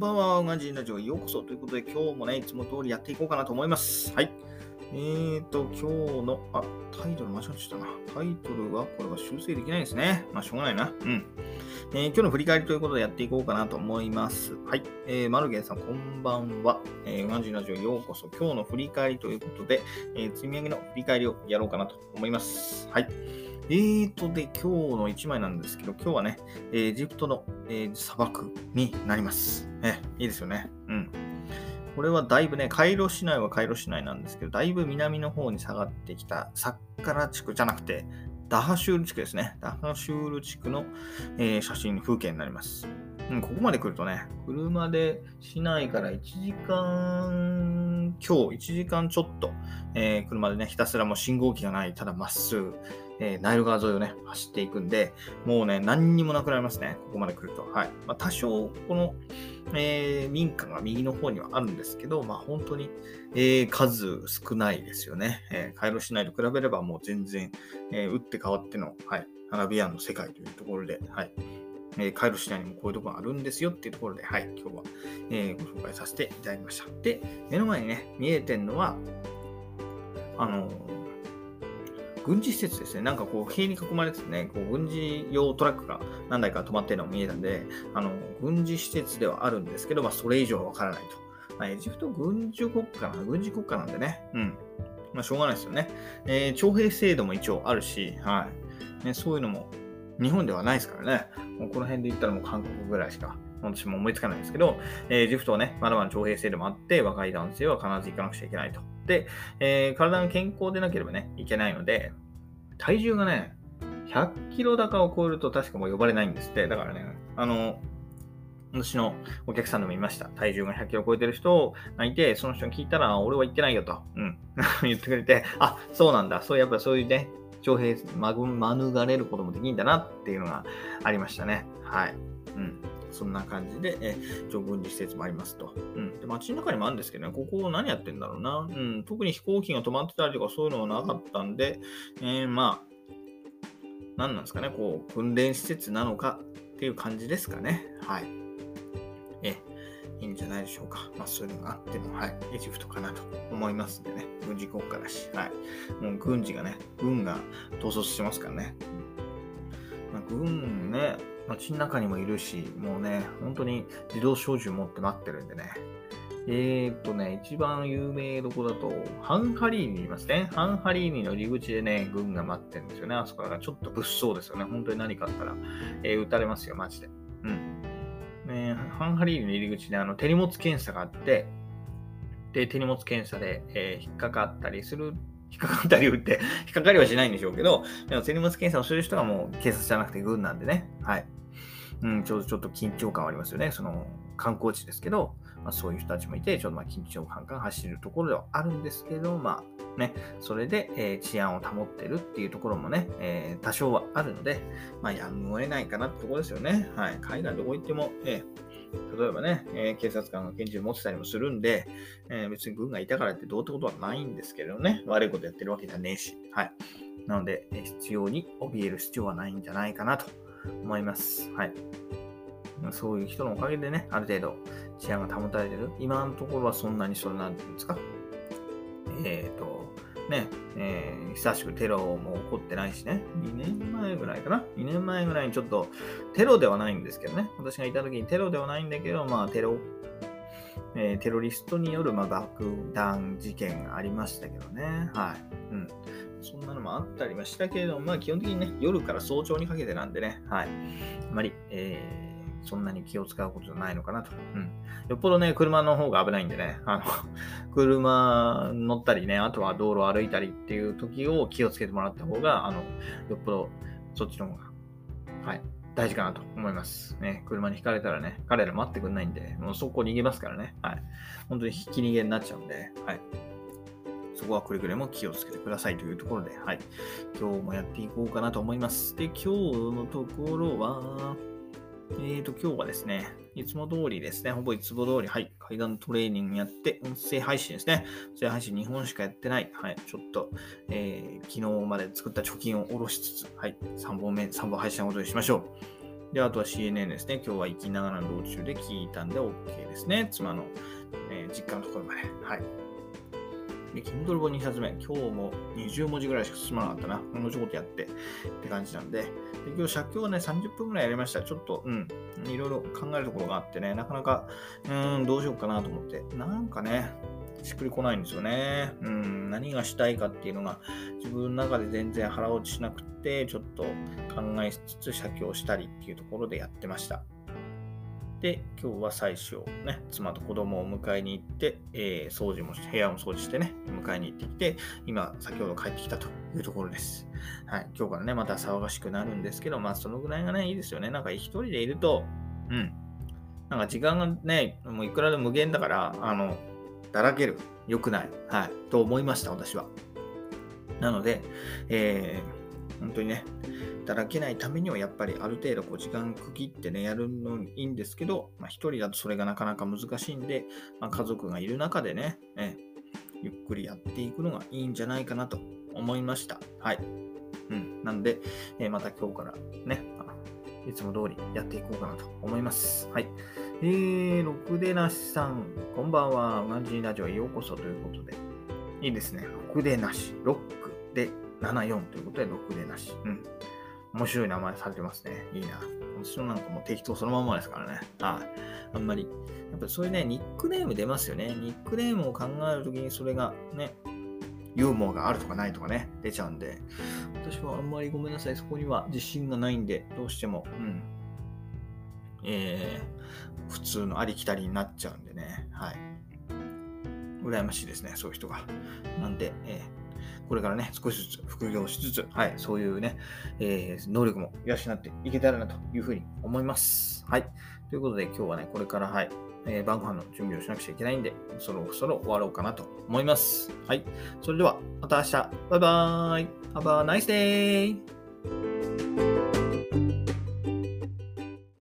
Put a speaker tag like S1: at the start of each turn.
S1: んばんは、ウガンジーラジオへようこそということで、今日もね、いつも通りやっていこうかなと思います。はい。今日の、タイトル間違ってたな。タイトルは、これは修正できないですね。まあ、しょうがないな。今日の振り返りということでやっていこうかなと思います。はい。マルゲンさん、こんばんは。ウガンジーラジオへようこそ。今日の振り返りということで、積み上げの振り返りをやろうかなと思います。はい。で、今日の1枚なんですけど、今日はね、エジプトの、砂漠になります。いいですよね。これはだいぶね、カイロ市内はカイロ市内なんですけど、だいぶ南の方に下がってきたサッカラ地区じゃなくて、ダハシュール地区ですね。ダハシュール地区の、写真、風景になります。ここまで来るとね、車で市内から1時間1時間ちょっと、車でね、ひたすらもう信号機がない、ただまっすぐ、ナイル川沿いをね、走っていくんで、もうね、何にもなくなりますね。ここまで来ると。はい。多少、この、民家が右の方にはあるんですけど、本当に、数少ないですよね。カイロ市内と比べればもう全然、打って変わっての、アラビアンの世界というところで、カイロ市内にもこういうところがあるんですよっていうところで、今日は、ご紹介させていただきました。で、目の前にね、見えてるのは、軍事施設ですね。なんかこう、塀に囲まれててね、こう軍事用トラックが何台か止まってるのが見えたんで、軍事施設ではあるんですけど、それ以上はわからないと。エジプト軍事国家なんでね。しょうがないですよね。徴兵制度も一応あるし、そういうのも日本ではないですからね。もうこの辺で言ったらもう韓国ぐらいしか私も思いつかないんですけど、エジプトはね、まだまだ徴兵制度もあって、若い男性は必ず行かなくちゃいけないと。で、体が健康でなければね、いけないので、体重がね、100キロ高を超えると確かもう呼ばれないんですって。だからね、私のお客さんでもいました。体重が100キロ超えてる人がいて、その人に聞いたら、俺は言ってないよと、言ってくれて、そうなんだ。やっぱりそういうね、徴兵、免れることもできるんだなっていうのがありましたね。そんな感じで、軍事施設もありますと。で、街の中にもあるんですけどね、ここ何やってんだろうな。特に飛行機が止まってたりとかそういうのはなかったんで、何なんですかね、こう、訓練施設なのかっていう感じですかね。いいんじゃないでしょうか。そういうのがあっても、エジプトかなと思いますんでね。軍事国家だし、もう軍が統率してますからね。軍ね、街の中にもいるし、もうね、本当に自動小銃持って待ってるんでね。一番有名どこだと、ハンハリーニいますね。ハンハリーニの入り口でね、軍が待ってるんですよね。あそこからちょっと物騒ですよね。本当に何かあったら、撃たれますよ、マジで。ハンハリーニの入り口で手荷物検査があって、で、手荷物検査で、引っかかったり打って、引っかかりはしないんでしょうけど、でも手荷物検査をする人がもう警察じゃなくて軍なんでね。ちょっと緊張感はありますよね。その観光地ですけど、そういう人たちもいて、ちょっと緊張感が走るところではあるんですけど、それで、治安を保ってるっていうところもね、多少はあるので、やむを得ないかなってところですよね。海外どこ行っても、例えばね、警察官が拳銃持ってたりもするんで、別に軍がいたからってどうってことはないんですけどね、悪いことやってるわけじゃねえし、なので、必要に怯える必要はないんじゃないかなと思います。そういう人のおかげでね、ある程度治安が保たれてる。今のところはそんなになんていうんですか。久しくテロも起こってないしね、2年前ぐらいかな。2年前ぐらいにちょっと、テロではないんですけどね。私がいた時にテロではないんだけど、テロリストによる爆弾事件がありましたけどね。そんなのもあったりはしたけれども、基本的にね、夜から早朝にかけてなんでね、あまり、そんなに気を使うことじゃないのかなと。よっぽどね、車の方が危ないんでね、車乗ったりね、あとは道路を歩いたりっていう時を気をつけてもらった方が、よっぽどそっちの方が、大事かなと思います。車にひかれたらね、彼ら待ってくんないんで、もう速攻逃げますからね。本当にひき逃げになっちゃうんで、そこはくれぐれも気をつけてくださいというところで、今日もやっていこうかなと思います。で、今日のところは、今日はですね、いつも通りですね、ほぼいつも通り、階段トレーニングやって、音声配信ですね。音声配信2本しかやってない。ちょっと、昨日まで作った貯金を下ろしつつ、3本配信したことにしましょう。 で、あとは CNN ですね。今日は行きながらの道中で聞いたんで OK ですね。妻の、実家のところまで。はい。で、Kindle 本2冊目。今日も20文字ぐらいしか進まなかったな。同じことやってって感じなんで。で、今日写経はね、30分ぐらいやりました。ちょっと、いろいろ考えるところがあってね、なかなか、どうしようかなと思って。なんかね、しっくりこないんですよね。何がしたいかっていうのが自分の中で全然腹落ちしなくて、ちょっと考えつつ写経したりっていうところでやってました。で、今日は最初ね、妻と子供を迎えに行って、掃除も部屋も掃除してね、迎えに行ってきて、今、先ほど帰ってきたというところです。はい。今日からね、また騒がしくなるんですけど、まあ、そのぐらいがね、いいですよね。なんか一人でいると、なんか時間がね、もういくらでも無限だから、だらける。良くない。はい。と思いました、私は。なので、本当にね、だらけないためにはやっぱりある程度時間区切ってね、やるのにいいんですけど、一人だとそれがなかなか難しいんで、家族がいる中でね、ゆっくりやっていくのがいいんじゃないかなと思いました。はい。なんで、また今日からね、いつも通りやっていこうかなと思います。はい。ろくでなしさん、こんばんは。ガンジーラジオへようこそということで。いいですね。ろくでなし。ロックで74ということで、ろくでなし。面白い名前されてますね。いいな。私のなんかもう適当そのままですからね。あんまり。やっぱりそういうね、ニックネーム出ますよね。ニックネームを考えるときにそれがね、ユーモアがあるとかないとかね、出ちゃうんで、私はあんまりごめんなさい、そこには自信がないんで、どうしても、普通のありきたりになっちゃうんでね、はい。羨ましいですね、そういう人が。なんで、これからね、少しずつ副業しつつ、はい、そういうね、能力も養っていけたらなというふうに思います。はい。ということで、今日はね、これから、はい、晩ご飯の準備をしなくちゃいけないんで、そろそろ終わろうかなと思います。はい。それでは、また明日。バイバーイ。Have a nice day!